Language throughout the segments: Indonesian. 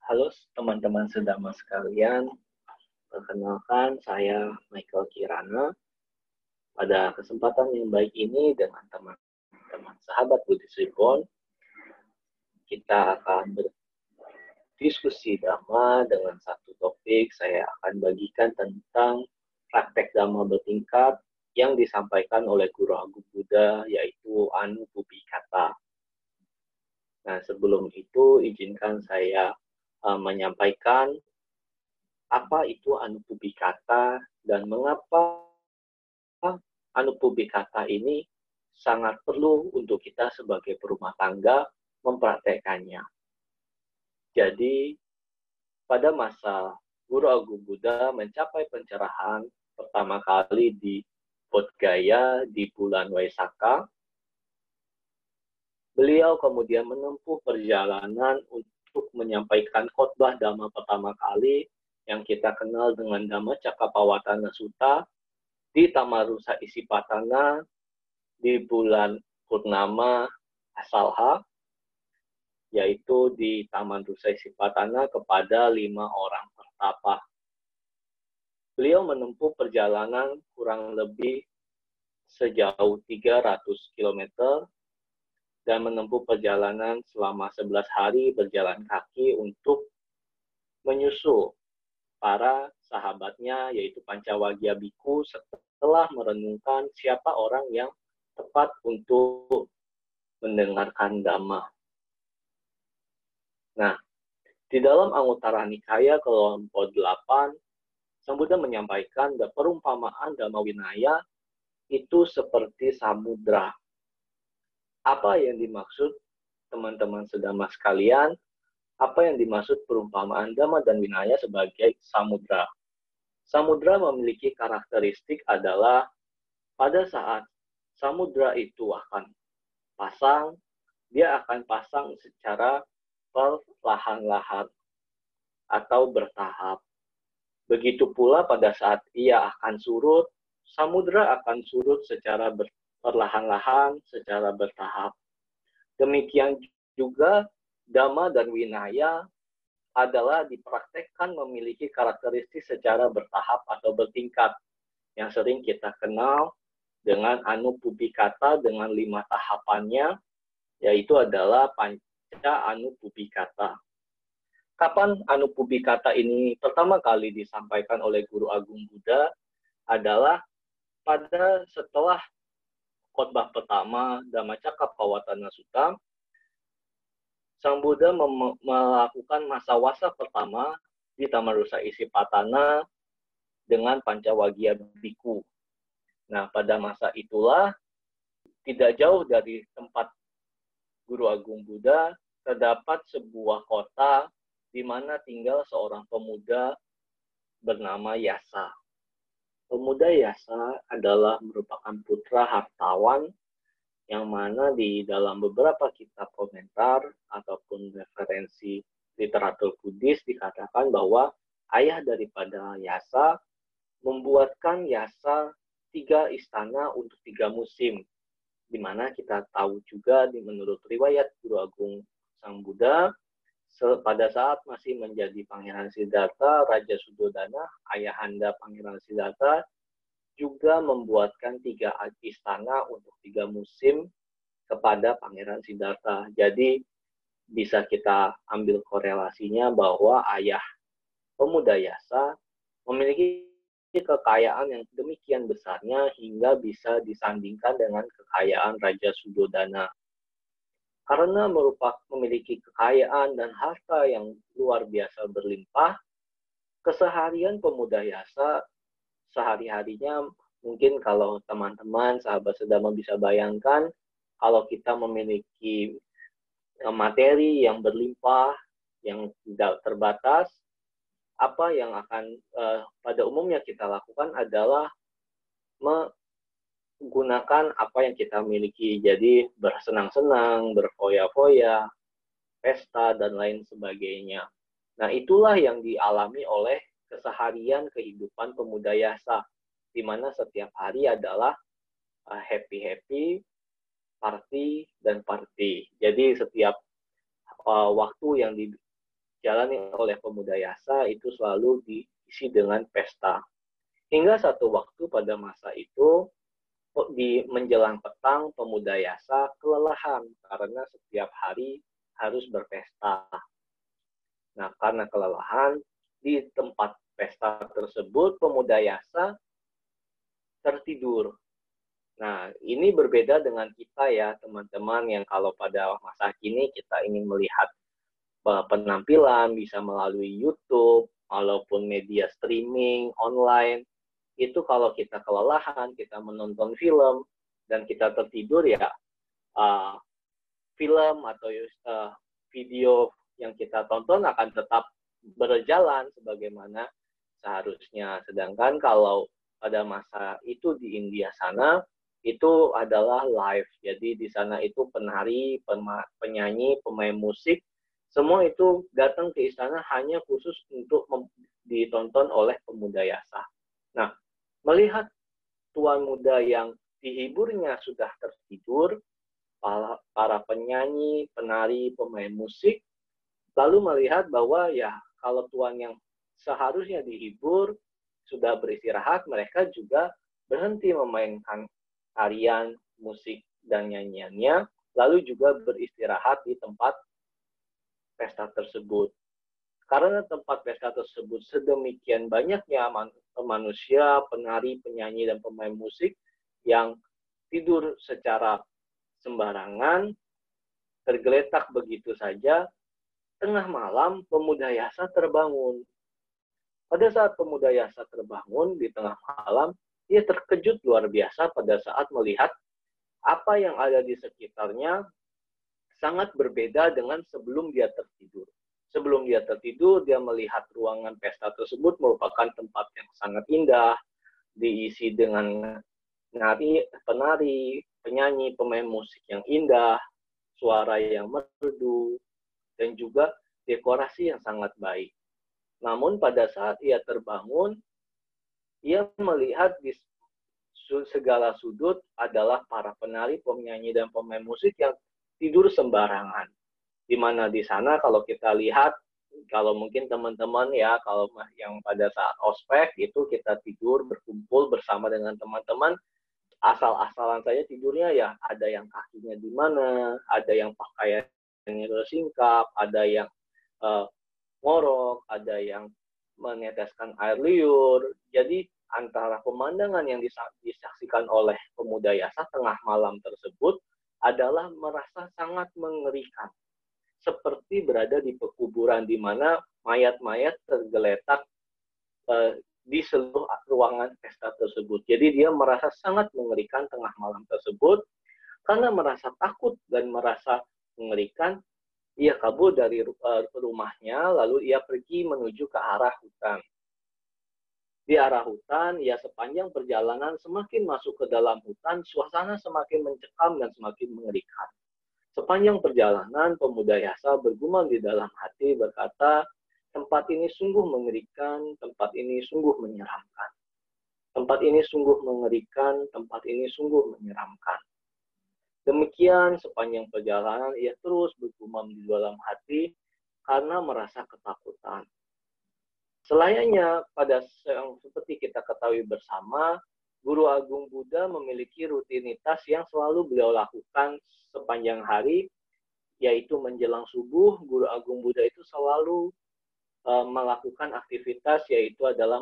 Halo teman-teman sedama sekalian, perkenalkan saya Michael Kirana. Pada kesempatan yang baik ini dengan teman-teman sahabat Budi Sribon, kita akan berdiskusi Dhamma dengan satu topik. Saya akan bagikan tentang praktek Dhamma bertingkat yang disampaikan oleh Guru Agung Buddha, yaitu Anupubbikata. Nah, sebelum itu izinkan saya menyampaikan apa itu Anupubbikata dan mengapa Anupubbikata ini sangat perlu untuk kita sebagai berumah tangga mempraktekannya. Jadi, pada masa Guru Agung Buddha mencapai pencerahan pertama kali di Bodh Gaya di bulan Waisakha, beliau kemudian menempuh perjalanan untuk menyampaikan khotbah Dhamma pertama kali yang kita kenal dengan Dhammacakkappavattana Sutta di Tamarusa Isipatana di bulan Purnama Asalha, yaitu di Taman Rusa Isipatana kepada 5 orang pertapa. Beliau menempuh perjalanan kurang lebih sejauh 300 km dan menempuh perjalanan selama 11 hari berjalan kaki untuk menyusul para sahabatnya, yaitu Pancawagya Bhikkhu, setelah merenungkan siapa orang yang tepat untuk mendengarkan Dhamma. Nah, di dalam Anguttara Nikaya kelompok 8, Sang Buddha menyampaikan perumpamaan Dhamma Winaya itu seperti samudra. Apa yang dimaksud teman-teman sedama sekalian? Apa yang dimaksud perumpamaan Dhamma dan Winaya sebagai samudra? Samudra memiliki karakteristik adalah pada saat samudra itu akan pasang, dia akan pasang secara perlahan-lahan atau bertahap. Begitu pula pada saat ia akan surut, samudra akan surut secara perlahan-lahan, secara bertahap. Demikian juga Dhamma dan Winaya adalah dipraktekkan memiliki karakteristik secara bertahap atau bertingkat yang sering kita kenal dengan Anupubbikata dengan 5 tahapannya, yaitu adalah Panca Anupubbikata. Kapan Anupubbikata ini pertama kali disampaikan oleh Guru Agung Buddha adalah pada setelah khotbah pertama Dhammacakkappavattana Sutta. Sang Buddha melakukan masa wasa pertama di Taman Rusa Isipatana dengan Pancawagya Bhikkhu. Nah, pada masa itulah tidak jauh dari tempat Guru Agung Buddha terdapat sebuah kota di mana tinggal seorang pemuda bernama Yasa. Pemuda Yasa adalah merupakan putra hartawan yang mana di dalam beberapa kitab komentar ataupun referensi literatur Buddhis dikatakan bahwa ayah daripada Yasa membuatkan Yasa 3 istana untuk 3 musim, di mana kita tahu juga menurut riwayat Guru Agung Sang Buddha, pada saat masih menjadi Pangeran Siddhartha, Raja Suddhodana, ayahanda Pangeran Siddhartha, juga membuatkan 3 istana untuk 3 musim kepada Pangeran Siddhartha. Jadi bisa kita ambil korelasinya bahwa ayah pemuda Yasa memiliki kekayaan yang demikian besarnya hingga bisa disandingkan dengan kekayaan Raja Suddhodana. Karena memiliki kekayaan dan harta yang luar biasa berlimpah, keseharian pemuda Yasa sehari-harinya mungkin kalau teman-teman sahabat sedama bisa bayangkan, kalau kita memiliki materi yang berlimpah, yang tidak terbatas, apa yang akan pada umumnya kita lakukan adalah menggunakan apa yang kita miliki. Jadi bersenang-senang, berfoya-foya, pesta, dan lain sebagainya. Nah, itulah yang dialami oleh keseharian kehidupan pemuda Yasa, di mana setiap hari adalah happy-happy, party, dan party. Jadi setiap waktu yang dijalani oleh pemuda Yasa itu selalu diisi dengan pesta. Hingga satu waktu pada masa itu, di menjelang petang, pemuda Yasa kelelahan karena setiap hari harus berpesta. Nah, karena kelelahan, di tempat pesta tersebut, pemuda Yasa tertidur. Nah, ini berbeda dengan kita ya, teman-teman, yang kalau pada masa kini kita ingin melihat penampilan bisa melalui YouTube, walaupun media streaming, online. Itu kalau kita kelelahan, kita menonton film, dan kita tertidur ya, film atau video yang kita tonton akan tetap berjalan sebagaimana seharusnya. Sedangkan kalau pada masa itu di India sana, itu adalah live. Jadi di sana itu penari, penyanyi, pemain musik, semua itu datang ke istana hanya khusus untuk ditonton oleh pemuda Yasa. Nah, melihat tuan muda yang dihiburnya sudah tertidur, para penyanyi, penari, pemain musik, lalu melihat bahwa ya kalau tuan yang seharusnya dihibur sudah beristirahat, mereka juga berhenti memainkan tarian, musik, dan nyanyiannya, lalu juga beristirahat di tempat pesta tersebut. Karena tempat pesta tersebut sedemikian banyaknya manusia, penari, penyanyi, dan pemain musik yang tidur secara sembarangan, tergeletak begitu saja, tengah malam pemuda Yasa terbangun. Pada saat pemuda Yasa terbangun di tengah malam, ia terkejut luar biasa pada saat melihat apa yang ada di sekitarnya sangat berbeda dengan sebelum dia tertidur. Sebelum dia tertidur, dia melihat ruangan pesta tersebut merupakan tempat yang sangat indah, diisi dengan penari, penyanyi, pemain musik yang indah, suara yang merdu, dan juga dekorasi yang sangat baik. Namun pada saat ia terbangun, ia melihat di segala sudut adalah para penari, penyanyi, dan pemain musik yang tidur sembarangan. Di mana di sana kalau kita lihat, kalau mungkin teman-teman ya, kalau yang pada saat ospek itu kita tidur berkumpul bersama dengan teman-teman, asal-asalan saja tidurnya ya, ada yang kakinya di mana, ada yang pakaiannya bersingkap, ada yang ngorok, ada yang meneteskan air liur. Jadi antara pemandangan yang disaksikan oleh pemuda Yasa tengah malam tersebut adalah merasa sangat mengerikan. Seperti berada di pekuburan di mana mayat-mayat tergeletak di seluruh ruangan pesta tersebut. Jadi dia merasa sangat mengerikan tengah malam tersebut. Karena merasa takut dan merasa mengerikan, ia kabur dari rumahnya, lalu ia pergi menuju ke arah hutan. Di arah hutan, ia sepanjang perjalanan semakin masuk ke dalam hutan, suasana semakin mencekam dan semakin mengerikan. Sepanjang perjalanan, pemuda Yasa bergumam di dalam hati berkata, tempat ini sungguh mengerikan, tempat ini sungguh menyeramkan. Tempat ini sungguh mengerikan, tempat ini sungguh menyeramkan. Demikian sepanjang perjalanan ia terus bergumam di dalam hati karena merasa ketakutan. Selayaknya pada seperti kita ketahui bersama, Guru Agung Buddha memiliki rutinitas yang selalu beliau lakukan sepanjang hari, yaitu menjelang subuh, Guru Agung Buddha itu selalu melakukan aktivitas yaitu adalah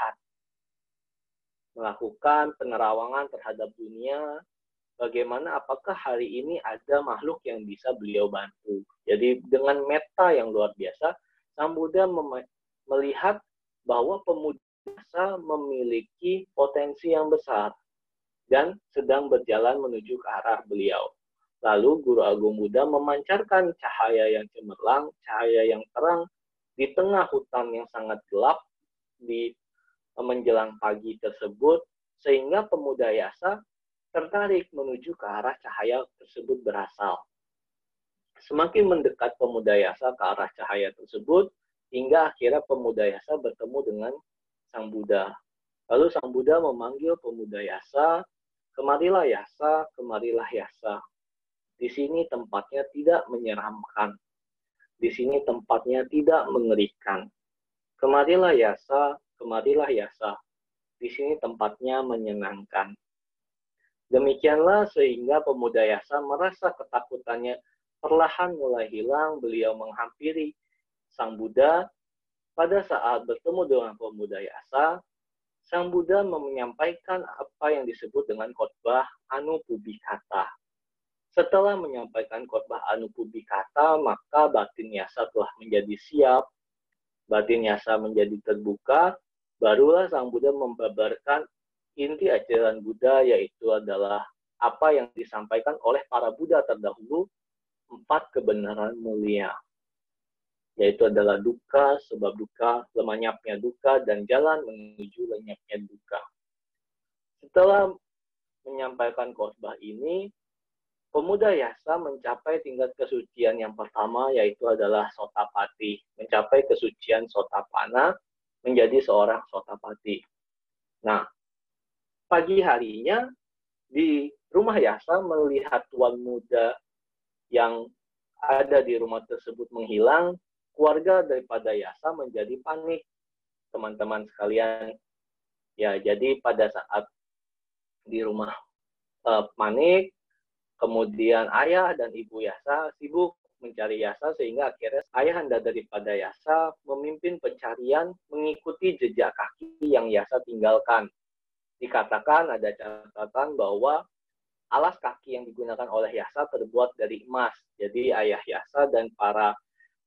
melakukan penerawangan terhadap dunia, bagaimana apakah hari ini ada makhluk yang bisa beliau bantu. Jadi dengan meta yang luar biasa, Sang Buddha melihat bahwa pemuda Yasa memiliki potensi yang besar dan sedang berjalan menuju ke arah beliau. Lalu Guru Agung Buddha memancarkan cahaya yang cemerlang, cahaya yang terang di tengah hutan yang sangat gelap di menjelang pagi tersebut, sehingga pemuda Yasa tertarik menuju ke arah cahaya tersebut berasal. Semakin mendekat pemuda Yasa ke arah cahaya tersebut, hingga akhirnya pemuda Yasa bertemu dengan Sang Buddha. Lalu Sang Buddha memanggil pemuda Yasa, kemarilah Yasa, kemarilah Yasa. Di sini tempatnya tidak menyeramkan. Di sini tempatnya tidak mengerikan. Kemarilah Yasa, kemarilah Yasa. Di sini tempatnya menyenangkan. Demikianlah sehingga pemuda Yasa merasa ketakutannya perlahan mulai hilang. Beliau menghampiri Sang Buddha. Pada saat bertemu dengan pemuda Yasa, Sang Buddha menyampaikan apa yang disebut dengan khotbah Anupubikata. Setelah menyampaikan khotbah Anupubikata, maka batin Yasa telah menjadi siap, batin Yasa menjadi terbuka, barulah Sang Buddha membabarkan inti ajaran Buddha, yaitu adalah apa yang disampaikan oleh para Buddha terdahulu, 4 kebenaran mulia, yaitu adalah duka, sebab duka, lenyapnya duka, dan jalan menuju lenyapnya duka. Setelah menyampaikan khotbah ini, pemuda Yasa mencapai tingkat kesucian yang pertama, yaitu adalah Sotapati. Mencapai kesucian Sotapana, menjadi seorang Sotapati. Nah, pagi harinya di rumah Yasa melihat tuan muda yang ada di rumah tersebut menghilang. Keluarga daripada Yasa menjadi panik, teman-teman sekalian. Ya, jadi pada saat di rumah panik, kemudian ayah dan ibu Yasa sibuk mencari Yasa, sehingga akhirnya ayahanda daripada Yasa memimpin pencarian mengikuti jejak kaki yang Yasa tinggalkan. Dikatakan ada catatan bahwa alas kaki yang digunakan oleh Yasa terbuat dari emas. Jadi ayah Yasa dan para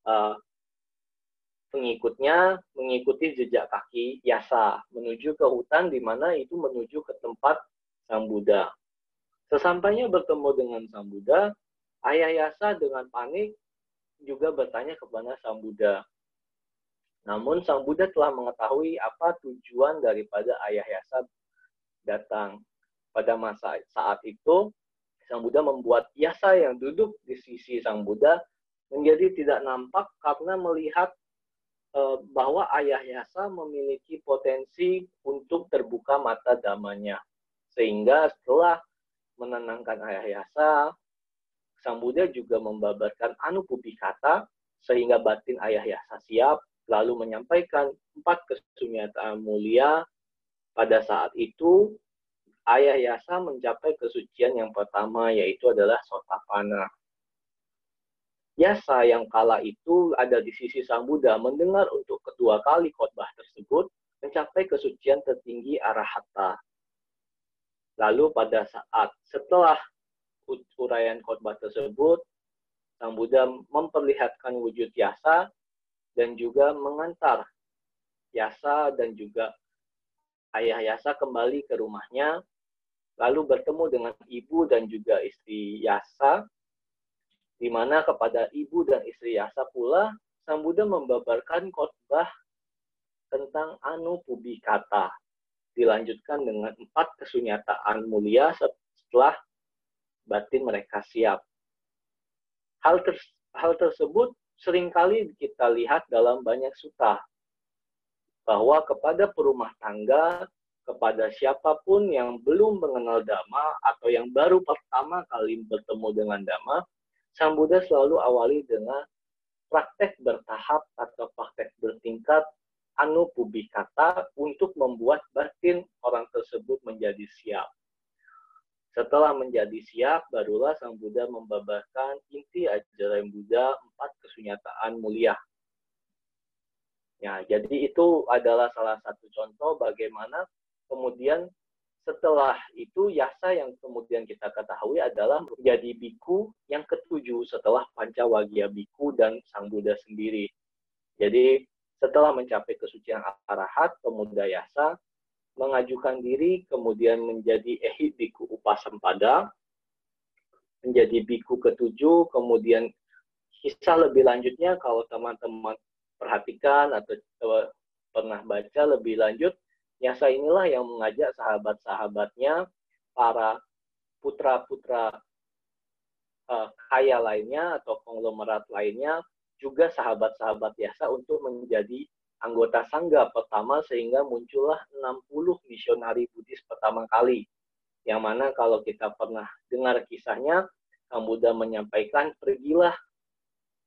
pengikutnya mengikuti jejak kaki Yasa menuju ke hutan, di mana itu menuju ke tempat Sang Buddha. Sesampainya bertemu dengan Sang Buddha, ayah Yasa dengan panik juga bertanya kepada Sang Buddha. Namun Sang Buddha telah mengetahui apa tujuan daripada ayah Yasa datang. Pada masa saat itu, Sang Buddha membuat Yasa yang duduk di sisi Sang Buddha menjadi tidak nampak karena melihat bahwa ayah Yasa memiliki potensi untuk terbuka mata dhammanya. Sehingga setelah menenangkan ayah Yasa, Sang Buddha juga membabarkan Anupubikata sehingga batin ayah Yasa siap, lalu menyampaikan 4 kesunyataan mulia. Pada saat itu, ayah Yasa mencapai kesucian yang pertama, yaitu adalah Sotapanna. Yasa yang kala itu ada di sisi Sang Buddha mendengar untuk kedua kali khotbah tersebut, mencapai kesucian tertinggi Arahata. Lalu pada saat setelah uraian khotbah tersebut, Sang Buddha memperlihatkan wujud Yasa dan juga mengantar Yasa dan juga ayah Yasa kembali ke rumahnya, lalu bertemu dengan ibu dan juga istri Yasa, di mana kepada ibu dan istri Yasa pula Sang Buddha membabarkan khotbah tentang Anupubikata, dilanjutkan dengan 4 kesunyataan mulia setelah batin mereka siap. Hal tersebut seringkali kita lihat dalam banyak sutta, bahwa kepada perumah tangga, kepada siapapun yang belum mengenal Dhamma atau yang baru pertama kali bertemu dengan Dhamma, Sang Buddha selalu awali dengan praktek bertahap atau praktek bertingkat Anupubikata untuk membuat batin orang tersebut menjadi siap. Setelah menjadi siap, barulah Sang Buddha membabarkan inti ajaran Buddha 4 kesunyataan mulia. Ya, jadi itu adalah salah satu contoh bagaimana kemudian setelah itu Yasa yang kemudian kita ketahui adalah menjadi biku yang ketujuh setelah Pancawagya biku dan Sang Buddha sendiri. Jadi setelah mencapai kesucian arahat, pemuda Yasa mengajukan diri kemudian menjadi ehit biku upasampada, menjadi biku ketujuh. Kemudian kisah lebih lanjutnya kalau teman-teman perhatikan atau pernah baca lebih lanjut, Yasa inilah yang mengajak sahabat-sahabatnya, para putra-putra kaya lainnya atau konglomerat lainnya, juga sahabat-sahabat Yasa untuk menjadi anggota Sangga pertama, sehingga muncullah 60 misionari Buddhis pertama kali. Yang mana kalau kita pernah dengar kisahnya, Sang Buddha menyampaikan, pergilah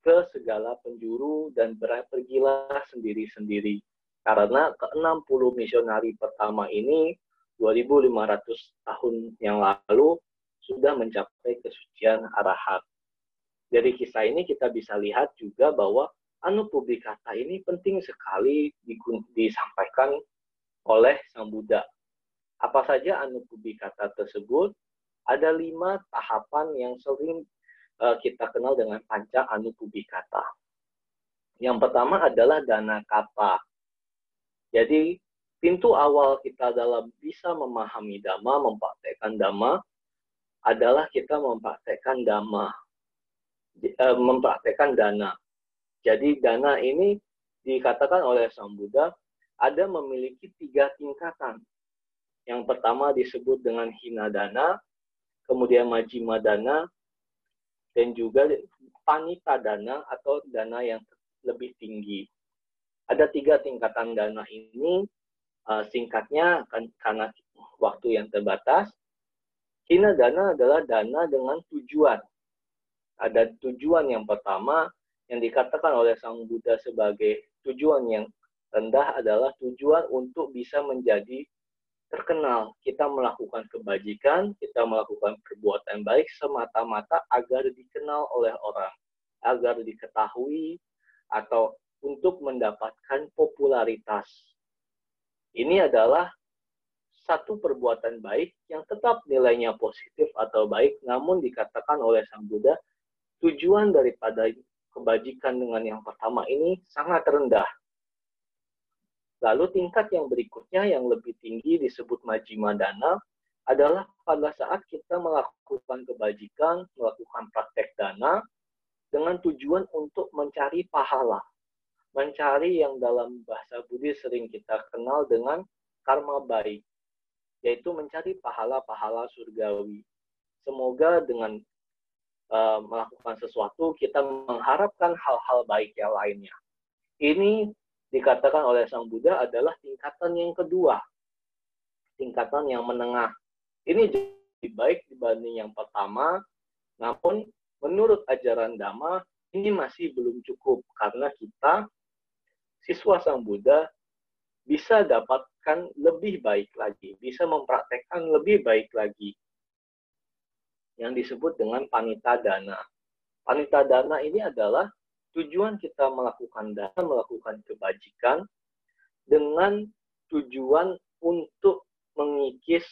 ke segala penjuru dan pergilah sendiri-sendiri. Karena ke-60 misionari pertama ini 2500 tahun yang lalu sudah mencapai kesucian arahat. Dari kisah ini kita bisa lihat juga bahwa Anupublikata ini penting sekali disampaikan oleh Sang Buddha. Apa saja Anupublikata tersebut? Ada 5 tahapan yang sering kita kenal dengan panca Anupublikata. Yang pertama adalah dana kata. Jadi pintu awal kita dalam bisa memahami Dhamma, mempraktekkan Dhamma, adalah kita mempraktekkan Dhamma, mempraktekkan dana. Jadi dana ini dikatakan oleh Sang Buddha ada memiliki 3 tingkatan. Yang pertama disebut dengan hina dana, kemudian majjhima dana, dan juga panita dana atau dana yang lebih tinggi. Ada 3 tingkatan dana ini, singkatnya karena waktu yang terbatas. Hina dana adalah dana dengan tujuan. Ada tujuan yang pertama yang dikatakan oleh Sang Buddha sebagai tujuan yang rendah adalah tujuan untuk bisa menjadi terkenal. Kita melakukan kebajikan, kita melakukan perbuatan baik semata-mata agar dikenal oleh orang, agar diketahui, atau untuk mendapatkan popularitas. Ini adalah satu perbuatan baik yang tetap nilainya positif atau baik, namun dikatakan oleh Sang Buddha, tujuan daripada kebajikan dengan yang pertama ini sangat rendah. Lalu tingkat yang berikutnya yang lebih tinggi disebut majjhima dana adalah pada saat kita melakukan kebajikan, melakukan praktek dana dengan tujuan untuk mencari pahala. Mencari yang dalam bahasa Buddhis sering kita kenal dengan karma baik, yaitu mencari pahala-pahala surgawi. Semoga dengan melakukan sesuatu, kita mengharapkan hal-hal baik yang lainnya. Ini dikatakan oleh Sang Buddha adalah tingkatan yang kedua, tingkatan yang menengah. Ini lebih baik dibanding yang pertama, namun menurut ajaran Dhamma, ini masih belum cukup, karena kita, siswa Sang Buddha, bisa dapatkan lebih baik lagi, bisa mempraktekkan lebih baik lagi, yang disebut dengan panita dana. Panita dana ini adalah tujuan kita melakukan dana, melakukan kebajikan dengan tujuan untuk mengikis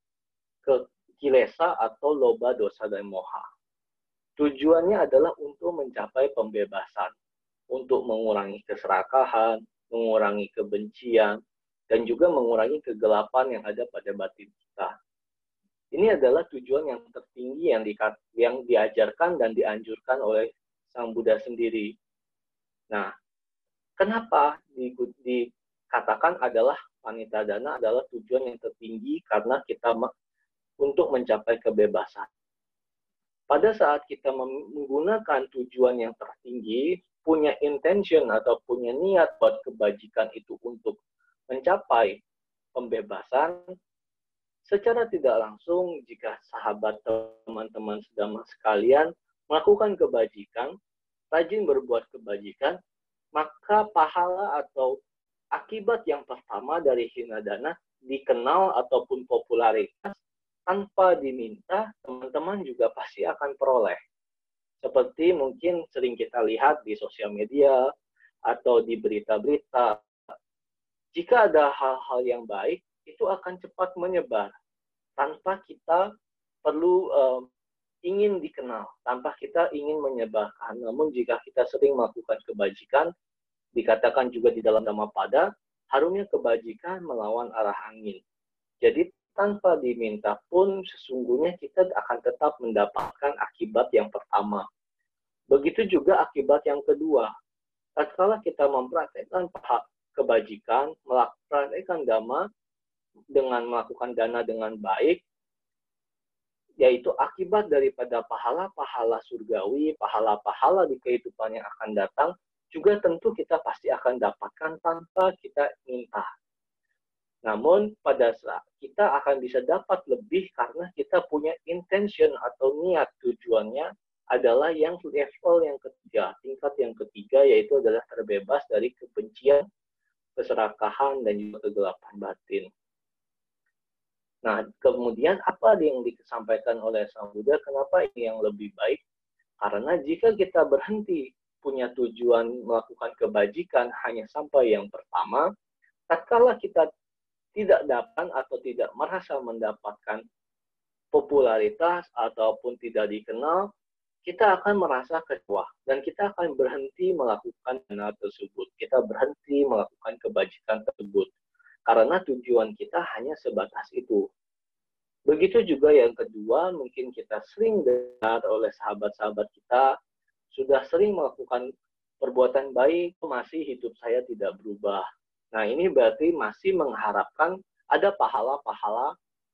kilesa atau loba, dosa, dan moha. Tujuannya adalah untuk mencapai pembebasan, untuk mengurangi keserakahan, mengurangi kebencian, dan juga mengurangi kegelapan yang ada pada batin kita. Ini adalah tujuan yang tertinggi yang diajarkan dan dianjurkan oleh Sang Buddha sendiri. Nah, kenapa dikatakan adalah panita dana adalah tujuan yang tertinggi karena kita untuk mencapai kebebasan. Pada saat kita menggunakan tujuan yang tertinggi, punya intention atau punya niat buat kebajikan itu untuk mencapai pembebasan, secara tidak langsung, jika sahabat teman-teman sedama sekalian melakukan kebajikan, rajin berbuat kebajikan, maka pahala atau akibat yang pertama dari hina dana dikenal ataupun popularitas tanpa diminta, teman-teman juga pasti akan peroleh. Seperti mungkin sering kita lihat di sosial media atau di berita-berita. Jika ada hal-hal yang baik, itu akan cepat menyebar tanpa kita perlu ingin dikenal, tanpa kita ingin menyebarkan. Namun jika kita sering melakukan kebajikan, dikatakan juga di dalam Dhammapada, harumnya kebajikan melawan arah angin. Jadi tanpa diminta pun sesungguhnya kita akan tetap mendapatkan akibat yang pertama. Begitu juga akibat yang kedua. Tatkala kita mempraktekkan kebajikan, mempraktekkan Dhamma, dengan melakukan dana dengan baik, yaitu akibat daripada pahala-pahala surgawi, pahala-pahala di kehidupan yang akan datang, juga tentu kita pasti akan dapatkan tanpa kita minta. Namun pada saat kita akan bisa dapat lebih karena kita punya intention atau niat tujuannya adalah yang level yang ketiga, tingkat yang ketiga, yaitu adalah terbebas dari kebencian, keserakahan, dan juga kegelapan batin. Nah, kemudian apa yang disampaikan oleh Sang Buddha? Kenapa ini yang lebih baik? Karena jika kita berhenti punya tujuan melakukan kebajikan hanya sampai yang pertama, tatkala kita tidak dapat atau tidak merasa mendapatkan popularitas ataupun tidak dikenal, kita akan merasa kecewa dan kita akan berhenti melakukan hal tersebut. Kita berhenti melakukan kebajikan tersebut karena tujuan kita hanya sebatas itu. Begitu juga yang kedua, mungkin kita sering dengar oleh sahabat-sahabat kita, sudah sering melakukan perbuatan baik, masih hidup saya tidak berubah. Nah, ini berarti masih mengharapkan ada pahala-pahala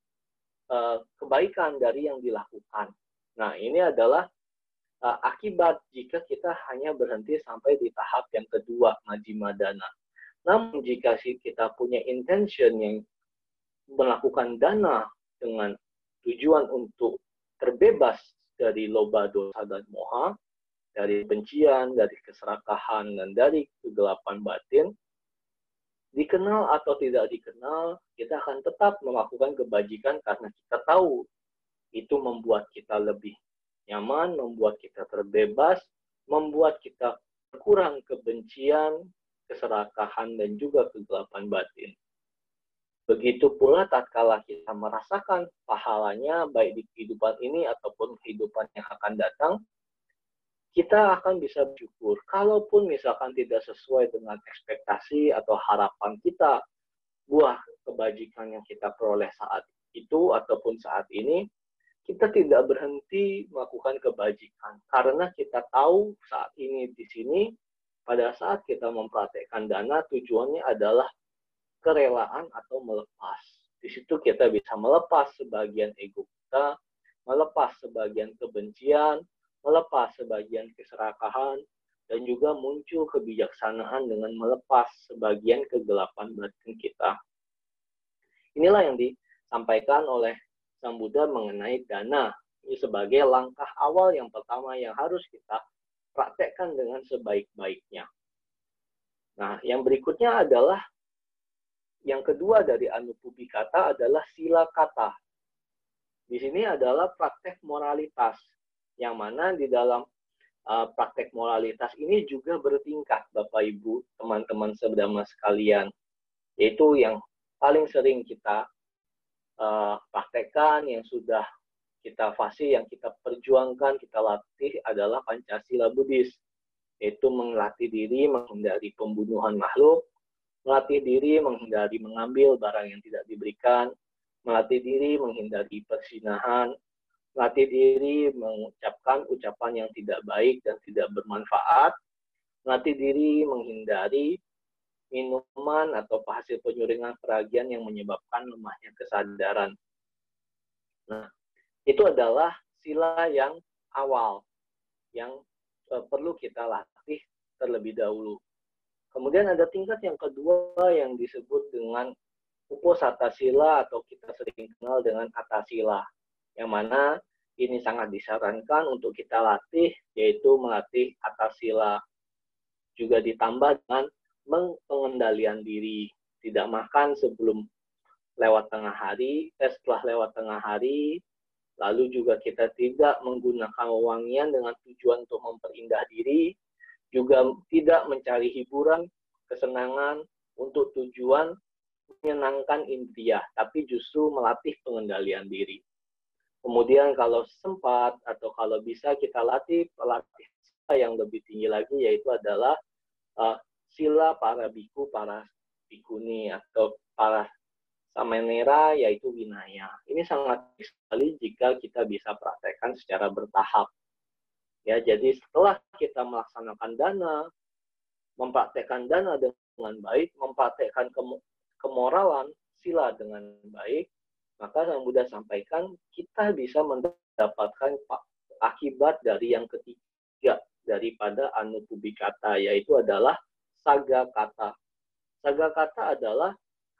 kebaikan dari yang dilakukan. Nah, ini adalah akibat jika kita hanya berhenti sampai di tahap yang kedua, majjhima dana. Namun jika kita punya intention yang melakukan dana dengan tujuan untuk terbebas dari loba, dosa, dan moha, dari bencian, dari keserakahan, dan dari kegelapan batin, dikenal atau tidak dikenal, kita akan tetap melakukan kebajikan karena kita tahu itu membuat kita lebih nyaman, membuat kita terbebas, membuat kita berkurang kebencian, keserakahan, dan juga kegelapan batin. Begitu pula tatkala kita merasakan pahalanya, baik di kehidupan ini ataupun kehidupan yang akan datang, kita akan bisa bersyukur. Kalaupun misalkan tidak sesuai dengan ekspektasi atau harapan kita, buah kebajikan yang kita peroleh saat itu ataupun saat ini, kita tidak berhenti melakukan kebajikan. Karena kita tahu saat ini di sini, pada saat kita mempraktekkan dana, tujuannya adalah kerelaan atau melepas. Di situ kita bisa melepas sebagian ego kita, melepas sebagian kebencian, melepas sebagian keserakahan, dan juga muncul kebijaksanaan dengan melepas sebagian kegelapan batin kita. Inilah yang disampaikan oleh Sang Buddha mengenai dana. Ini sebagai langkah awal yang pertama yang harus kita praktekkan dengan sebaik-baiknya. Nah, yang berikutnya adalah yang kedua dari Anupubikata adalah sila kata. Di sini adalah praktek moralitas, yang mana di dalam praktek moralitas ini juga bertingkat, Bapak Ibu, teman-teman sedama sekalian, yaitu yang paling sering kita praktekkan, yang sudah kita fase, yang kita perjuangkan, kita latih adalah Pancasila Buddhis, yaitu melatih diri menghindari pembunuhan makhluk, melatih diri menghindari mengambil barang yang tidak diberikan, melatih diri menghindari perzinahan, melatih diri mengucapkan ucapan yang tidak baik dan tidak bermanfaat, melatih diri menghindari minuman atau hasil penyulingan peragian yang menyebabkan lemahnya kesadaran. Nah, itu adalah sila yang awal yang perlu kita latih terlebih dahulu. Kemudian ada tingkat yang kedua yang disebut dengan Uposattasila atau kita sering kenal dengan Attasila, yang mana ini sangat disarankan untuk kita latih, yaitu melatih Attasila. Juga ditambah dengan pengendalian diri, tidak makan sebelum lewat tengah hari, setelah lewat tengah hari, lalu juga kita tidak menggunakan wewangian dengan tujuan untuk memperindah diri, juga tidak mencari hiburan, kesenangan untuk tujuan menyenangkan indria, tapi justru melatih pengendalian diri. Kemudian kalau sempat atau kalau bisa kita latih yang lebih tinggi lagi, yaitu adalah sila para biku, para bikuni, atau para samanera, yaitu winaya. Ini sangat sekali jika kita bisa praktekkan secara bertahap. Ya, jadi setelah kita melaksanakan dana, mempraktekkan dana dengan baik, mempraktekkan kemoralan sila dengan baik, maka Sang Buddha sampaikan kita bisa mendapatkan akibat dari yang ketiga daripada Anupubikata, yaitu adalah Sagakata. Sagakata adalah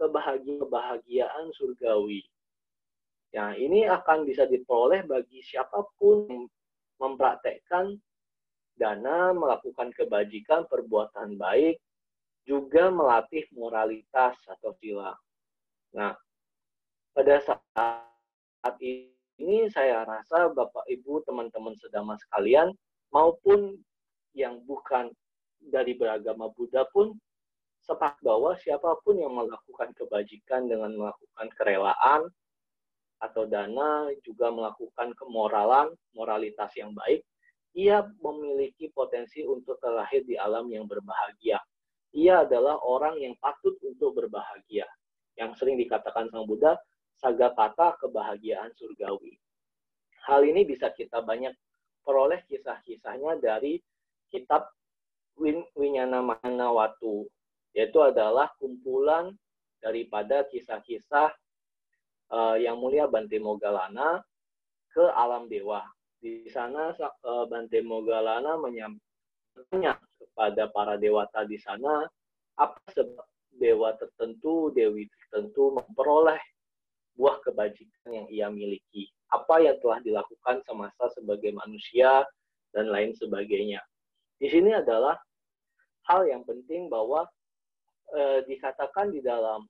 kebahagiaan surgawi. Ya, ini akan bisa diperoleh bagi siapapun yang mempraktekkan dana, melakukan kebajikan, perbuatan baik, juga melatih moralitas atau sila. Nah, pada saat ini saya rasa Bapak Ibu, teman-teman sedama sekalian, maupun yang bukan dari beragama Buddha pun sepakat bahwa siapapun yang melakukan kebajikan dengan melakukan kerelaan atau dana, juga melakukan kemoralan, moralitas yang baik, ia memiliki potensi untuk terlahir di alam yang berbahagia. Ia adalah orang yang patut untuk berbahagia. Yang sering dikatakan Sang Buddha, Sagakata, kebahagiaan surgawi. Hal ini bisa kita banyak peroleh kisah-kisahnya dari kitab Winyana Manawatu, yaitu adalah kumpulan daripada kisah-kisah yang mulia Bante Moggallana ke alam dewa. Di sana Bante Moggallana menyampaikan kepada para dewata di sana apa sebab dewa tertentu, dewi tertentu memperoleh buah kebajikan yang ia miliki, apa yang telah dilakukan semasa sebagai manusia, dan lain sebagainya. Di sini adalah hal yang penting bahwa dikatakan di dalam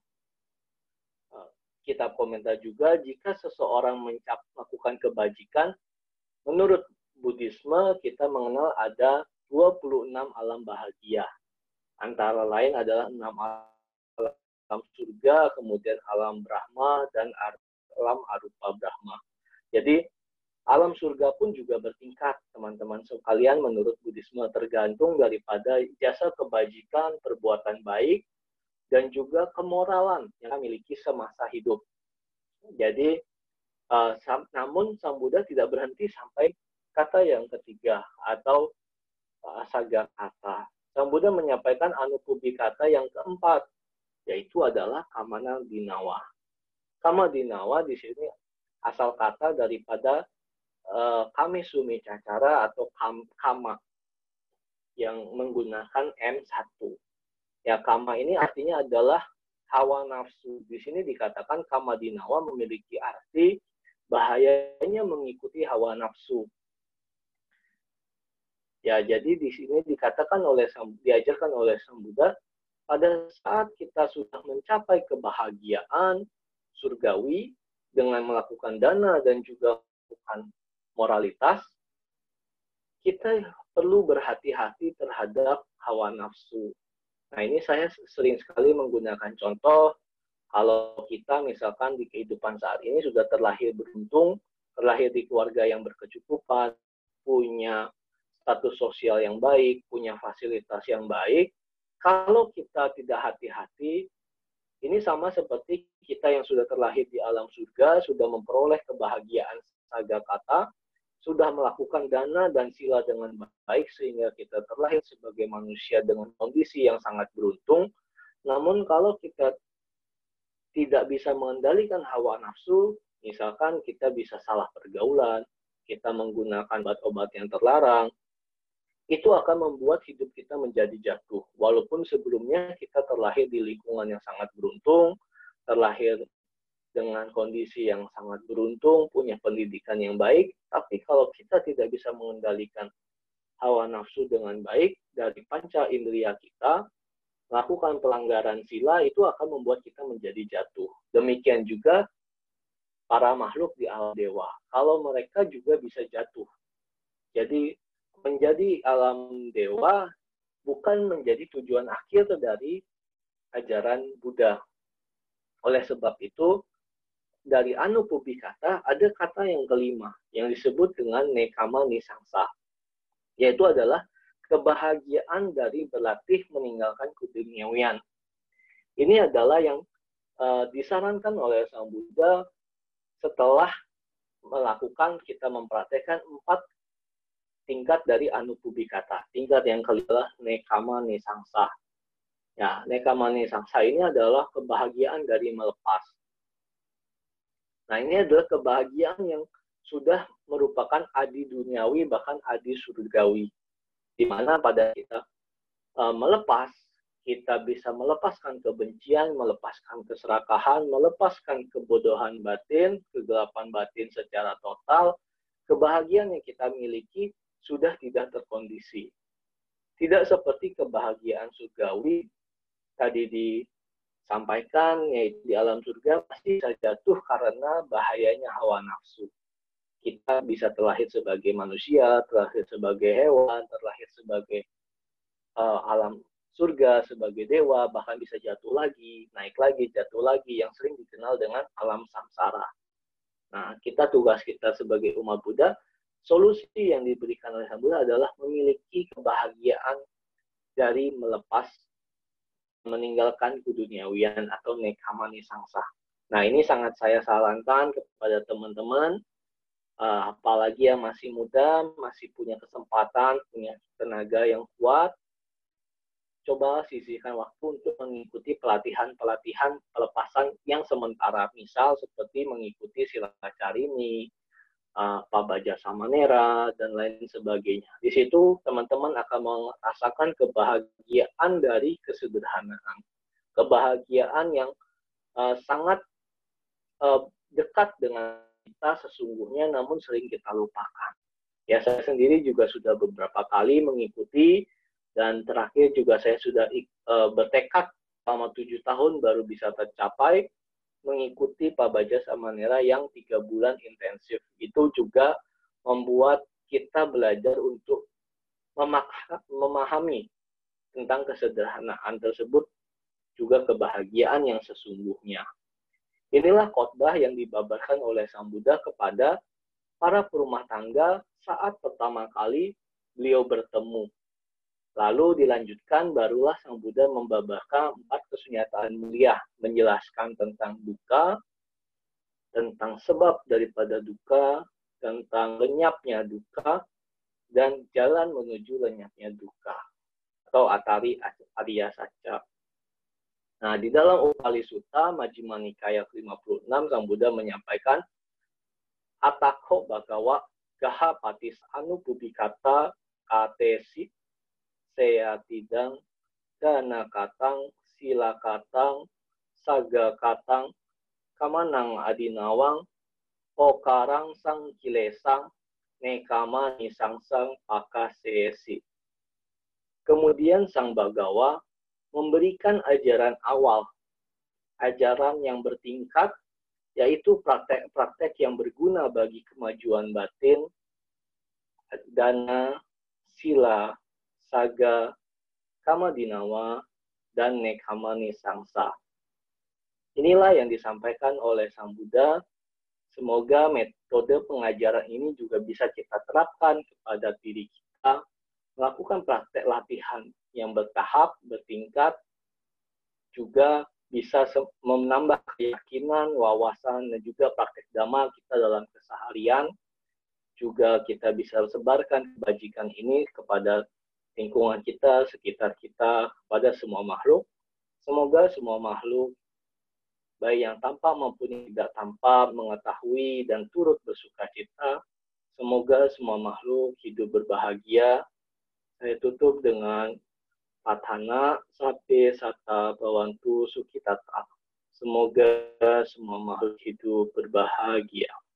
kitab komentar juga, jika seseorang melakukan kebajikan, menurut Buddhisme kita mengenal ada 26 alam bahagia. Antara lain adalah 6 alam surga, kemudian alam Brahma, dan alam Arupa Brahma. Jadi alam surga pun juga bertingkat, teman-teman sekalian, menurut Buddhisme, tergantung daripada jasa kebajikan, perbuatan baik, dan juga kemoralan yang miliki semasa hidup. Jadi, namun Sang Buddha tidak berhenti sampai kata yang ketiga, atau Sagakata. Sang Buddha menyampaikan Anupubbhikata yang keempat, yaitu adalah Kamana Dinawa. Kama Dinawa di sini asal kata daripada Kame Sumi Cacara atau Kama yang menggunakan M1. Ya, kama ini artinya adalah hawa nafsu. Di sini dikatakan kama dinawa memiliki arti bahayanya mengikuti hawa nafsu. Ya, jadi di sini diajarkan oleh Sang Buddha, pada saat kita sudah mencapai kebahagiaan surgawi dengan melakukan dana dan juga melakukan moralitas, kita perlu berhati-hati terhadap hawa nafsu. Nah, ini saya sering sekali menggunakan contoh, kalau kita misalkan di kehidupan saat ini sudah terlahir beruntung, terlahir di keluarga yang berkecukupan, punya status sosial yang baik, punya fasilitas yang baik, kalau kita tidak hati-hati, ini sama seperti kita yang sudah terlahir di alam surga, sudah memperoleh kebahagiaan Sagakata, sudah melakukan dana dan sila dengan baik sehingga kita terlahir sebagai manusia dengan kondisi yang sangat beruntung. Namun kalau kita tidak bisa mengendalikan hawa nafsu, misalkan kita bisa salah pergaulan, kita menggunakan obat-obat yang terlarang, itu akan membuat hidup kita menjadi jatuh. Walaupun sebelumnya kita terlahir di lingkungan yang sangat beruntung, terlahir dengan kondisi yang sangat beruntung, punya pendidikan yang baik, tapi kalau kita tidak bisa mengendalikan hawa nafsu dengan baik dari panca indera kita, melakukan pelanggaran sila, itu akan membuat kita menjadi jatuh. Demikian juga para makhluk di alam dewa, kalau mereka juga bisa jatuh. Jadi menjadi alam dewa bukan menjadi tujuan akhir dari ajaran Buddha. Oleh sebab itu, dari Anupubbhikata ada kata yang kelima yang disebut dengan Nekama Nisangsa, yaitu adalah kebahagiaan dari berlatih meninggalkan keduniawian. Ini adalah yang disarankan oleh Sang Buddha setelah kita mempraktekkan 4 tingkat dari Anupubbhikata. Tingkat yang kelima adalah Nekama Nisangsa. Ya, Nekama Nisangsa ini adalah kebahagiaan dari melepas. Nah, ini adalah kebahagiaan yang sudah merupakan adi duniawi, bahkan adi surgawi. Di mana pada kita melepas, kita bisa melepaskan kebencian, melepaskan keserakahan, melepaskan kebodohan batin, kegelapan batin secara total, kebahagiaan yang kita miliki sudah tidak terkondisi. Tidak seperti kebahagiaan surgawi tadi disampaikan, yaitu di alam surga pasti bisa jatuh karena bahayanya hawa nafsu. Kita bisa terlahir sebagai manusia, terlahir sebagai hewan, terlahir sebagai alam surga, sebagai dewa, bahkan bisa jatuh lagi, naik lagi, jatuh lagi, yang sering dikenal dengan alam samsara. Nah, tugas kita sebagai umat Buddha, solusi yang diberikan oleh Sang Buddha adalah memiliki kebahagiaan dari melepas, meninggalkan keduniawian atau nekkhamma nisangsa. Nah, ini sangat saya sarankan kepada teman-teman, apalagi yang masih muda, masih punya kesempatan, punya tenaga yang kuat, coba sisihkan waktu untuk mengikuti pelatihan-pelatihan pelepasan yang sementara. Misal seperti mengikuti Silacarini, Pabbajja Samanera, dan lain sebagainya. Di situ teman-teman akan merasakan kebahagiaan dari kesederhanaan. Kebahagiaan yang sangat dekat dengan kita sesungguhnya, namun sering kita lupakan. Ya, saya sendiri juga sudah beberapa kali mengikuti, dan terakhir juga saya sudah bertekad selama 7 tahun baru bisa tercapai mengikuti Pabbajja Samanera yang 3 bulan intensif. Itu juga membuat kita belajar untuk memahami tentang kesederhanaan tersebut, juga kebahagiaan yang sesungguhnya. Inilah khotbah yang dibabarkan oleh Sang Buddha kepada para perumah tangga saat pertama kali beliau bertemu. Lalu dilanjutkan, barulah Sang Buddha membabarkan 4 kesunyataan mulia, menjelaskan tentang duka, tentang sebab daripada duka, tentang lenyapnya duka, dan jalan menuju lenyapnya duka, atau Atari Arya Satya. Nah, di dalam Upali Sutta, Majjhima Nikaya ke-56, Sang Buddha menyampaikan, Atako Bhagawa Gaha Patis Anu Pubikata Katesi Seya Tidang Dana Katang Sila Katang Saga Katang Kamanang Adinawang Pokarang Sang Kilesang Nekama Nisangsang Pakasesi. Kemudian Sang Bhagawa memberikan ajaran awal, ajaran yang bertingkat, yaitu praktek-praktek yang berguna bagi kemajuan batin, dana, sila, saga, kamadinawa, dan nekhamma nisangsa. Inilah yang disampaikan oleh Sang Buddha. Semoga metode pengajaran ini juga bisa kita terapkan kepada diri kita, melakukan praktek latihan yang bertahap, bertingkat, juga bisa menambah keyakinan, wawasan, dan juga praktek dhamma kita dalam keseharian. Juga kita bisa sebarkan kebajikan ini kepada lingkungan kita, sekitar kita, kepada semua makhluk. Semoga semua makhluk, baik yang tampak maupun yang tidak tampak, mengetahui dan turut bersuka cita. Semoga semua makhluk hidup berbahagia. Saya tutup dengan Patana Sape Sata Bawantu Sukitata. Semoga semua makhluk hidup berbahagia.